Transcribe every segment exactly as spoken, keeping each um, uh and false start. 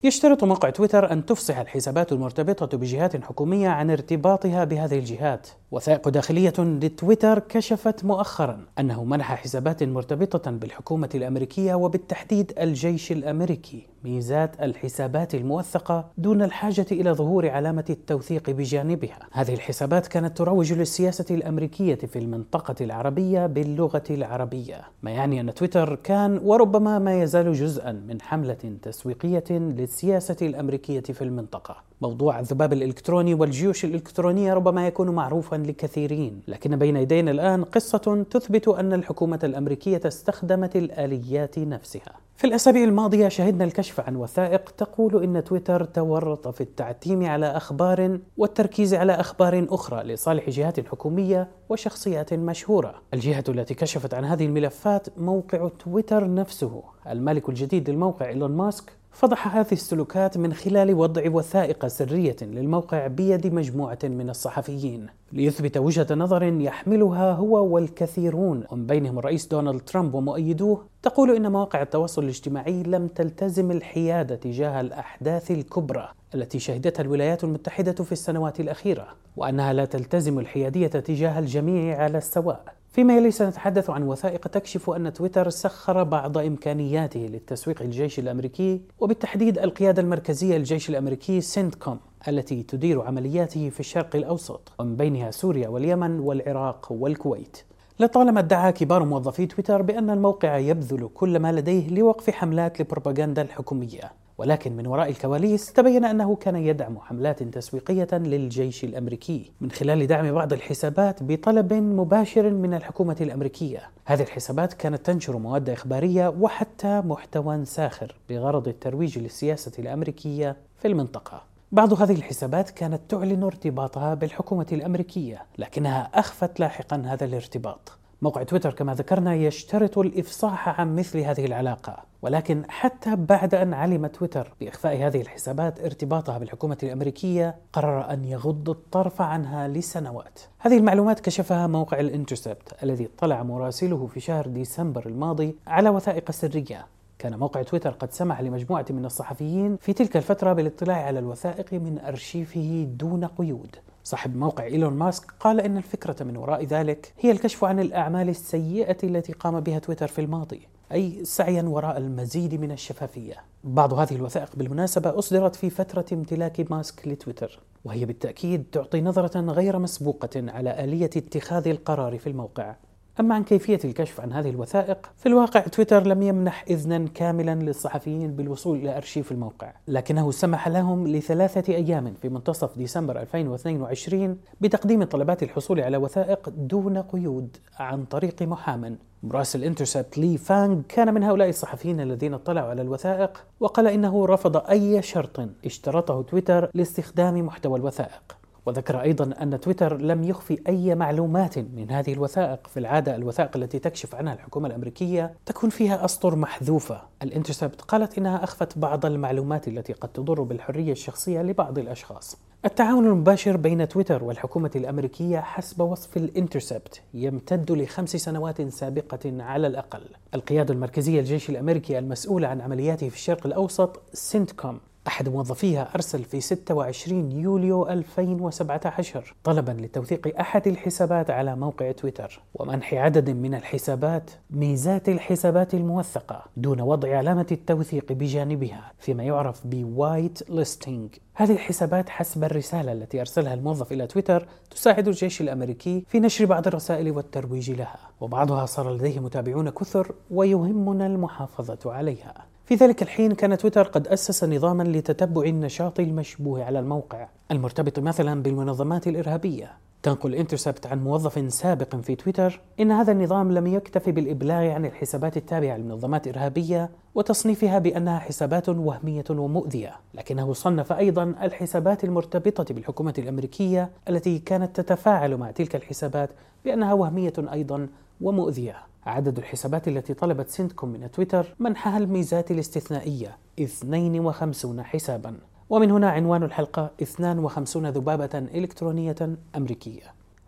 يشترط موقع تويتر أن تفصح الحسابات المرتبطة بجهات حكومية عن ارتباطها بهذه الجهات. وثائق داخلية لتويتر كشفت مؤخرا أنه منح حسابات مرتبطة بالحكومة الأمريكية وبالتحديد الجيش الأمريكي ميزات الحسابات الموثقة دون الحاجة إلى ظهور علامة التوثيق بجانبها. هذه الحسابات كانت تروج للسياسة الأمريكية في المنطقة العربية باللغة العربية، ما يعني أن تويتر كان وربما ما يزال جزءا من حملة تسويقية للسياسة الأمريكية في المنطقة. موضوع الذباب الإلكتروني والجيوش الإلكترونية ربما يكون معروفا لكثيرين، لكن بين يدينا الآن قصة تثبت أن الحكومة الأمريكية استخدمت الآليات نفسها. في الأسابيع الماضية شهدنا الكشف عن وثائق تقول إن تويتر تورط في التعتيم على أخبار والتركيز على أخبار أخرى لصالح جهات حكومية وشخصيات مشهورة. الجهة التي كشفت عن هذه الملفات موقع تويتر نفسه. المالك الجديد للموقع إيلون ماسك فضح هذه السلوكات من خلال وضع وثائق سرية للموقع بيد مجموعة من الصحفيين ليثبت وجهة نظر يحملها هو والكثيرون ومن بينهم الرئيس دونالد ترامب ومؤيدوه، تقول إن مواقع التواصل الاجتماعي لم تلتزم الحياد تجاه الأحداث الكبرى التي شهدتها الولايات المتحدة في السنوات الأخيرة، وأنها لا تلتزم الحيادية تجاه الجميع على السواء. فيما يلي سنتحدث عن وثائق تكشف أن تويتر سخر بعض إمكانياته للتسويق الجيش الأمريكي وبالتحديد القيادة المركزية للجيش الأمريكي سنتكوم التي تدير عملياته في الشرق الأوسط ومن بينها سوريا واليمن والعراق والكويت. لطالما ادعى كبار موظفي تويتر بأن الموقع يبذل كل ما لديه لوقف حملات البروباغندا الحكومية، ولكن من وراء الكواليس تبين أنه كان يدعم حملات تسويقية للجيش الأمريكي من خلال دعم بعض الحسابات بطلب مباشر من الحكومة الأمريكية. هذه الحسابات كانت تنشر مواد إخبارية وحتى محتوى ساخر بغرض الترويج للسياسة الأمريكية في المنطقة. بعض هذه الحسابات كانت تعلن ارتباطها بالحكومة الأمريكية، لكنها أخفت لاحقا هذا الارتباط. موقع تويتر كما ذكرنا يشترط الإفصاح عن مثل هذه العلاقة، ولكن حتى بعد أن علم تويتر بإخفاء هذه الحسابات ارتباطها بالحكومة الأمريكية قرر أن يغض الطرف عنها لسنوات. هذه المعلومات كشفها موقع الانترسبت الذي اطلع مراسله في شهر ديسمبر الماضي على وثائق سرية. كان موقع تويتر قد سمح لمجموعة من الصحفيين في تلك الفترة بالاطلاع على الوثائق من أرشيفه دون قيود. صاحب موقع إيلون ماسك قال إن الفكرة من وراء ذلك هي الكشف عن الأعمال السيئة التي قام بها تويتر في الماضي، أي سعيا وراء المزيد من الشفافية. بعض هذه الوثائق بالمناسبة أصدرت في فترة امتلاك ماسك لتويتر، وهي بالتأكيد تعطي نظرة غير مسبوقة على آلية اتخاذ القرار في الموقع. أما عن كيفية الكشف عن هذه الوثائق، في الواقع تويتر لم يمنح إذنا كاملا للصحفيين بالوصول إلى أرشيف الموقع، لكنه سمح لهم لثلاثة أيام في منتصف ديسمبر ألفين واثنين وعشرين بتقديم طلبات الحصول على وثائق دون قيود عن طريق محامٍ. مراسل انترسبت لي فانغ كان من هؤلاء الصحفيين الذين اطلعوا على الوثائق، وقال إنه رفض أي شرط اشترطه تويتر لاستخدام محتوى الوثائق. وذكر أيضا أن تويتر لم يخفي أي معلومات من هذه الوثائق. في العادة الوثائق التي تكشف عنها الحكومة الأمريكية تكون فيها أسطر محذوفة. الانترسبت قالت إنها أخفت بعض المعلومات التي قد تضر بالحرية الشخصية لبعض الأشخاص. التعاون المباشر بين تويتر والحكومة الأمريكية حسب وصف الانترسبت يمتد لخمس سنوات سابقة على الأقل. القيادة المركزية للجيش الأمريكي المسؤولة عن عملياته في الشرق الأوسط سنتكوم أحد موظفيها أرسل في ستة وعشرين يوليو ألفين وسبعة عشر طلبا لتوثيق أحد الحسابات على موقع تويتر ومنح عدد من الحسابات ميزات الحسابات الموثقة دون وضع علامة التوثيق بجانبها فيما يعرف بوايت ليستينج. هذه الحسابات حسب الرسالة التي أرسلها الموظف إلى تويتر تساعد الجيش الأمريكي في نشر بعض الرسائل والترويج لها، وبعضها صار لديه متابعون كثر ويهمنا المحافظة عليها. في ذلك الحين كان تويتر قد أسس نظاما لتتبع النشاط المشبوه على الموقع المرتبط مثلا بالمنظمات الإرهابية. تنقل انترسبت عن موظف سابق في تويتر إن هذا النظام لم يكتفي بالإبلاغ عن الحسابات التابعة لمنظمات إرهابية وتصنيفها بأنها حسابات وهمية ومؤذية، لكنه صنف أيضا الحسابات المرتبطة بالحكومة الأمريكية التي كانت تتفاعل مع تلك الحسابات بأنها وهمية أيضا ومؤذية. عدد الحسابات التي طلبت سنتكوم من تويتر منحها الميزات الاستثنائية اثنين وخمسين حسابا. ومن هنا عنوان الحلقة اثنين وخمسين ذبابة إلكترونية أمريكية.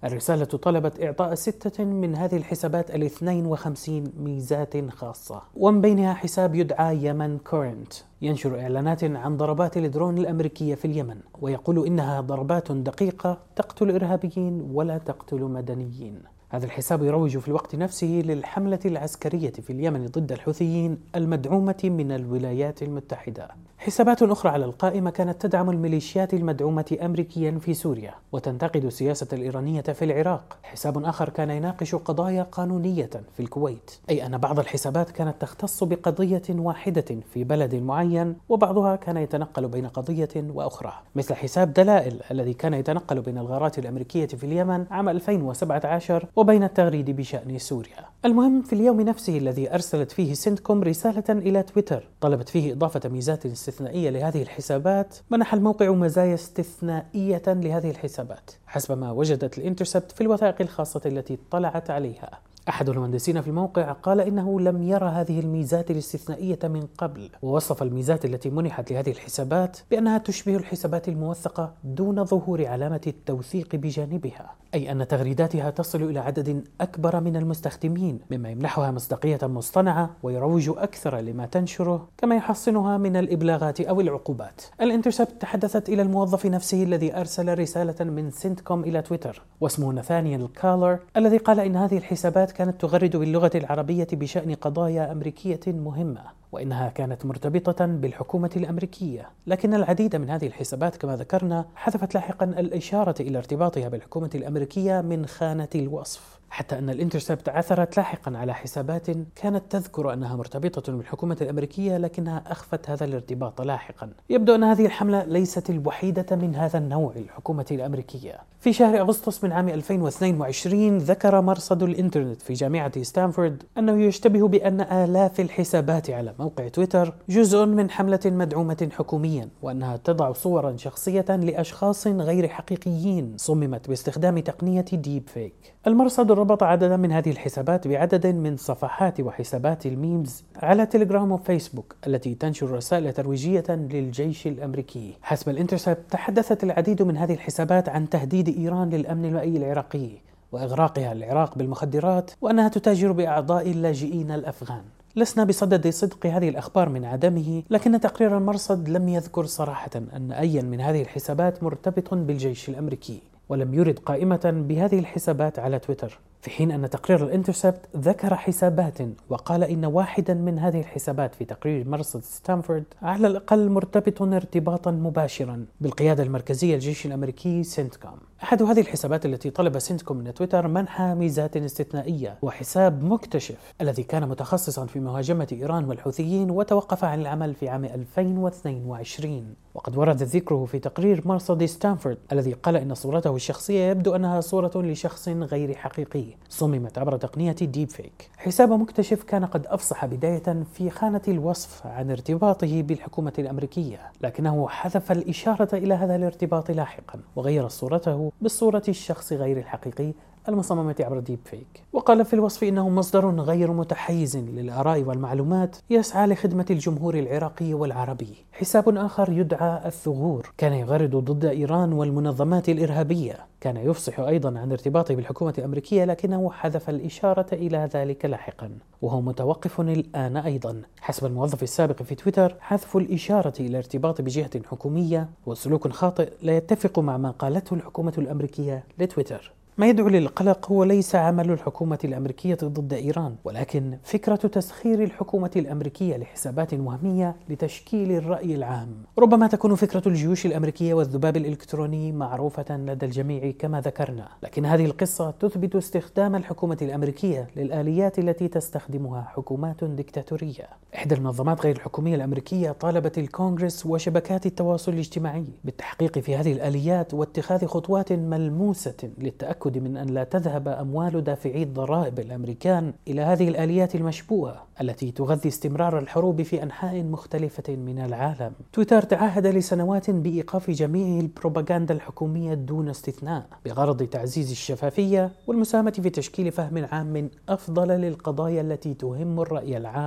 الرسالة طلبت إعطاء ستة من هذه الحسابات الاثنين وخمسين ميزات خاصة، ومن بينها حساب يدعى يمن كورنت ينشر إعلانات عن ضربات الدرون الأمريكية في اليمن، ويقول إنها ضربات دقيقة تقتل إرهابيين ولا تقتل مدنيين. هذا الحساب يروج في الوقت نفسه للحملة العسكرية في اليمن ضد الحوثيين المدعومة من الولايات المتحدة. حسابات أخرى على القائمة كانت تدعم الميليشيات المدعومة أمريكيا في سوريا وتنتقد السياسة الإيرانية في العراق. حساب آخر كان يناقش قضايا قانونية في الكويت، أي أن بعض الحسابات كانت تختص بقضية واحدة في بلد معين، وبعضها كان يتنقل بين قضية وأخرى، مثل حساب دلائل الذي كان يتنقل بين الغارات الأمريكية في اليمن عام ألفين وسبعة عشر وبين التغريد بشأن سوريا. المهم، في اليوم نفسه الذي أرسلت فيه سنتكوم رسالة إلى تويتر طلبت فيه إضافة ميزات استثنائية لهذه الحسابات، منح الموقع مزايا استثنائية لهذه الحسابات حسب ما وجدت الانترسبت في الوثائق الخاصة التي اطلعت عليها. أحد المهندسين في الموقع قال إنه لم يرى هذه الميزات الاستثنائية من قبل، ووصف الميزات التي منحت لهذه الحسابات بأنها تشبه الحسابات الموثقة دون ظهور علامة التوثيق بجانبها، أي أن تغريداتها تصل إلى عدد أكبر من المستخدمين، مما يمنحها مصداقية مصطنعة ويروج أكثر لما تنشره، كما يحصنها من الإبلاغات أو العقوبات. الانترسبت تحدثت إلى الموظف نفسه الذي أرسل رسالة من سنتكوم إلى تويتر، واسمه ناثانيال كالر، الذي قال إن هذه الحسابات كانت تغرد باللغة العربية بشأن قضايا أمريكية مهمة، وإنها كانت مرتبطة بالحكومة الأمريكية، لكن العديد من هذه الحسابات كما ذكرنا حذفت لاحقا الإشارة إلى ارتباطها بالحكومة الأمريكية من خانة الوصف، حتى أن الانترسبت عثرت لاحقا على حسابات كانت تذكر أنها مرتبطة بالحكومة الأمريكية لكنها أخفت هذا الارتباط لاحقا. يبدو أن هذه الحملة ليست الوحيدة من هذا النوع الحكومة الأمريكية. في شهر أغسطس من عام ألفين واثنين وعشرين ذكر مرصد الإنترنت في جامعة ستانفورد أنه يشتبه بأن آلاف الحسابات على موقع تويتر جزء من حملة مدعومة حكوميا، وأنها تضع صورا شخصية لأشخاص غير حقيقيين صممت باستخدام تقنية ديب فيك. المرصد ربط عددا من هذه الحسابات بعدد من صفحات وحسابات الميمز على تليجرام وفيسبوك التي تنشر رسائل ترويجية للجيش الأمريكي. حسب الانترسبت تحدثت العديد من هذه الحسابات عن تهديد إيران للأمن المائي العراقي وإغراقها العراق بالمخدرات، وأنها تتاجر بأعضاء اللاجئين الأفغان. لسنا بصدد صدق هذه الأخبار من عدمه، لكن تقرير المرصد لم يذكر صراحة أن أي من هذه الحسابات مرتبط بالجيش الأمريكي، ولم يرد قائمة بهذه الحسابات على تويتر، في حين أن تقرير الانترسبت ذكر حسابات وقال إن واحدا من هذه الحسابات في تقرير مرصد ستانفورد على الأقل مرتبط ارتباطا مباشرا بالقيادة المركزية للجيش الأمريكي سنتكوم. أحد هذه الحسابات التي طلب سنتكوم من تويتر منح ميزات استثنائية هو حساب مكتشف الذي كان متخصصا في مهاجمة إيران والحوثيين وتوقف عن العمل في عام ألفين واثنين وعشرين، وقد ورد ذكره في تقرير مرصد ستانفورد الذي قال إن صورته الشخصية يبدو أنها صورة لشخص غير حقيقي صممت عبر تقنية ديب فيك. حساب مكتشف كان قد أفصح بداية في خانة الوصف عن ارتباطه بالحكومة الأمريكية، لكنه حذف الإشارة إلى هذا الارتباط لاحقا وغير صورته بالصورة الشخص غير الحقيقي المصممة عبر ديب فيك، وقال في الوصف إنه مصدر غير متحيز للآراء والمعلومات يسعى لخدمة الجمهور العراقي والعربي. حساب آخر يدعى الثغور كان يغرد ضد إيران والمنظمات الإرهابية، كان يفصح أيضا عن ارتباطه بالحكومة الأمريكية لكنه حذف الإشارة إلى ذلك لاحقا، وهو متوقف الآن أيضا. حسب الموظف السابق في تويتر حذف الإشارة إلى ارتباط بجهة حكومية وسلوك خاطئ لا يتفق مع ما قالته الحكومة الأمريكية لتويتر. ما يدعو للقلق هو ليس عمل الحكومة الأمريكية ضد إيران، ولكن فكرة تسخير الحكومة الأمريكية لحسابات وهمية لتشكيل الرأي العام. ربما تكون فكرة الجيوش الأمريكية والذباب الإلكتروني معروفة لدى الجميع كما ذكرنا، لكن هذه القصة تثبت استخدام الحكومة الأمريكية للآليات التي تستخدمها حكومات ديكتاتورية. إحدى المنظمات غير الحكومية الأمريكية طالبت الكونغرس وشبكات التواصل الاجتماعي بالتحقيق في هذه الآليات واتخاذ خطوات ملموسة للتأكد من أن لا تذهب أموال دافعي الضرائب الأمريكان إلى هذه الآليات المشبوهة التي تغذي استمرار الحروب في أنحاء مختلفة من العالم. تويتر تعهد لسنوات بإيقاف جميع البروباغندا الحكومية دون استثناء بغرض تعزيز الشفافية والمساهمة في تشكيل فهم عام أفضل للقضايا التي تهم الرأي العام.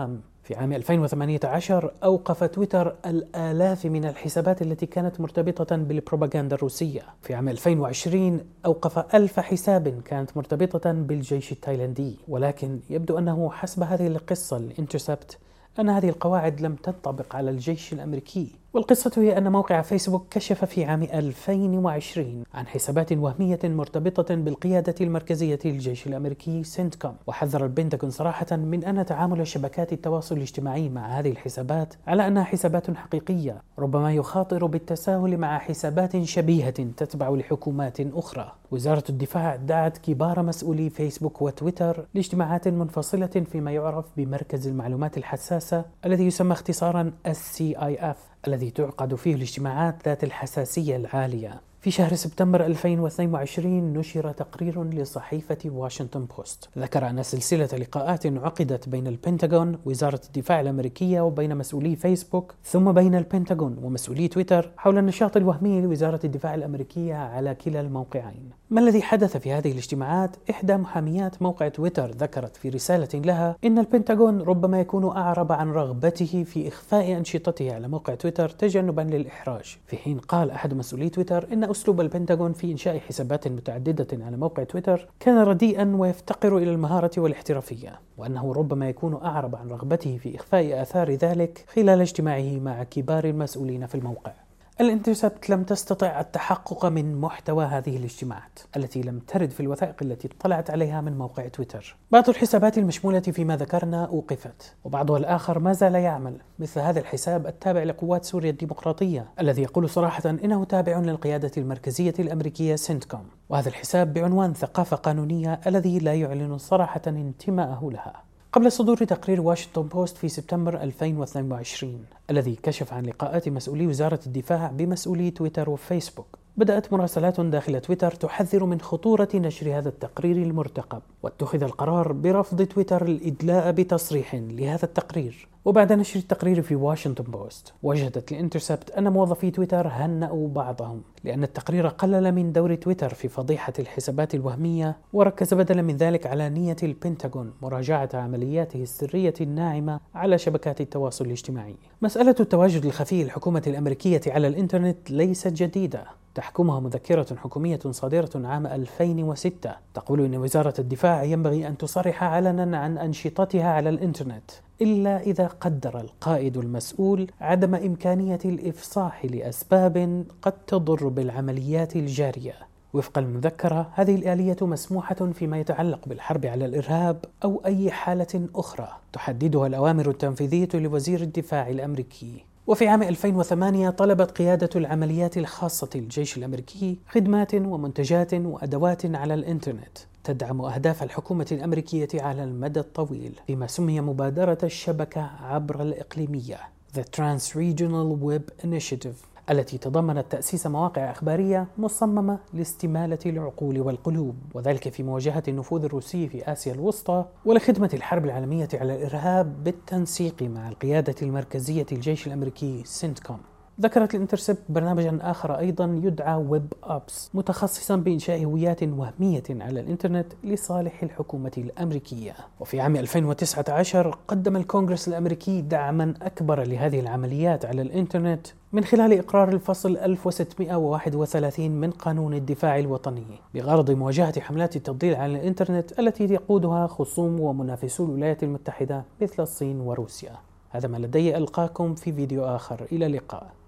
في عام ألفين وثمانية عشر أوقف تويتر الآلاف من الحسابات التي كانت مرتبطة بالبروباغندا الروسية. في عام ألفين وعشرين أوقف ألف حساب كانت مرتبطة بالجيش التايلاندي، ولكن يبدو أنه حسب هذه القصة الانترسبت أن هذه القواعد لم تنطبق على الجيش الأمريكي. والقصة هي أن موقع فيسبوك كشف في عام ألفين وعشرين عن حسابات وهمية مرتبطة بالقيادة المركزية للجيش الأمريكي سنتكوم، وحذر البنتاغون صراحة من أن تعامل شبكات التواصل الاجتماعي مع هذه الحسابات على أنها حسابات حقيقية ربما يخاطر بالتساهل مع حسابات شبيهة تتبع لحكومات أخرى. وزارة الدفاع دعت كبار مسؤولي فيسبوك وتويتر لاجتماعات منفصلة فيما يعرف بمركز المعلومات الحساسة الذي يسمى اختصارا السي آي إف، الذي تعقد فيه الاجتماعات ذات الحساسية العالية. في شهر سبتمبر ألفين واثنين وعشرين نشر تقرير لصحيفة واشنطن بوست ذكر أن سلسلة لقاءات عقدت بين البنتاغون وزارة الدفاع الأمريكية وبين مسؤولي فيسبوك ثم بين البنتاغون ومسؤولي تويتر حول النشاط الوهمي لوزارة الدفاع الأمريكية على كلا الموقعين. ما الذي حدث في هذه الاجتماعات؟ إحدى محاميات موقع تويتر ذكرت في رسالة لها إن البنتاغون ربما يكون أعرب عن رغبته في إخفاء أنشطته على موقع تويتر تجنبا للإحراج، في حين قال أحد مسؤولي تويتر إن أسلوب البنتاغون في إنشاء حسابات متعددة على موقع تويتر كان رديئا ويفتقر إلى المهارة والاحترافية، وأنه ربما يكون أعرب عن رغبته في إخفاء آثار ذلك خلال اجتماعه مع كبار المسؤولين في الموقع. الانترسبت لم تستطع التحقق من محتوى هذه الاجتماعات التي لم ترد في الوثائق التي اطلعت عليها من موقع تويتر. بعض الحسابات المشمولة فيما ذكرنا أوقفت، وبعضها الآخر ما زال يعمل، مثل هذا الحساب التابع لقوات سوريا الديمقراطية الذي يقول صراحة إنه تابع للقيادة المركزية الأمريكية سنتكوم، وهذا الحساب بعنوان ثقافة قانونية الذي لا يعلن صراحة انتماءه لها. قبل صدور تقرير واشنطن بوست في سبتمبر ألفين واثنين وعشرين الذي كشف عن لقاءات مسؤولي وزارة الدفاع بمسؤولي تويتر وفيسبوك، بدأت مراسلات داخل تويتر تحذر من خطورة نشر هذا التقرير المرتقب، واتخذ القرار برفض تويتر الإدلاء بتصريح لهذا التقرير. وبعد نشر التقرير في واشنطن بوست وجدت الانترسبت أن موظفي تويتر هنأوا بعضهم لأن التقرير قلل من دور تويتر في فضيحة الحسابات الوهمية، وركز بدلا من ذلك على نية البنتاغون مراجعة عملياته السرية الناعمة على شبكات التواصل الاجتماعي. مسألة التواجد الخفي للحكومة الأمريكية على الإنترنت ليست جديدة، تحكمها مذكرة حكومية صادرة عام ألفين وستة تقول إن وزارة الدفاع ينبغي أن تصرح علنا عن أنشطتها على الإنترنت إلا إذا قدر القائد المسؤول عدم إمكانية الإفصاح لأسباب قد تضر بالعمليات الجارية. وفق المذكرة، هذه الآلية مسموحة فيما يتعلق بالحرب على الإرهاب أو أي حالة أخرى تحددها الأوامر التنفيذية لوزير الدفاع الأمريكي. وفي عام ألفين وثمانية طلبت قيادة العمليات الخاصة للجيش الأمريكي خدمات ومنتجات وأدوات على الإنترنت تدعم أهداف الحكومة الأمريكية على المدى الطويل، فيما سمي مبادرة الشبكة عبر الإقليمية The Trans-Regional Web Initiative، التي تضمنت تأسيس مواقع إخبارية مصممة لاستمالة العقول والقلوب، وذلك في مواجهة النفوذ الروسي في آسيا الوسطى ولخدمة الحرب العالمية على الإرهاب بالتنسيق مع القيادة المركزية الجيش الأمريكي سنتكوم. ذكرت الانترسبت برنامجا آخر أيضا يدعى ويب أبس، متخصصا بإنشاء هويات وهمية على الإنترنت لصالح الحكومة الأمريكية. وفي عام ألفين وتسعة عشر قدم الكونغرس الأمريكي دعما أكبر لهذه العمليات على الإنترنت من خلال إقرار الفصل ألف وستمائة وواحد وثلاثين من قانون الدفاع الوطني بغرض مواجهة حملات التضليل على الإنترنت التي يقودها خصوم ومنافسو الولايات المتحدة مثل الصين وروسيا. هذا ما لدي، ألقاكم في فيديو آخر، إلى اللقاء.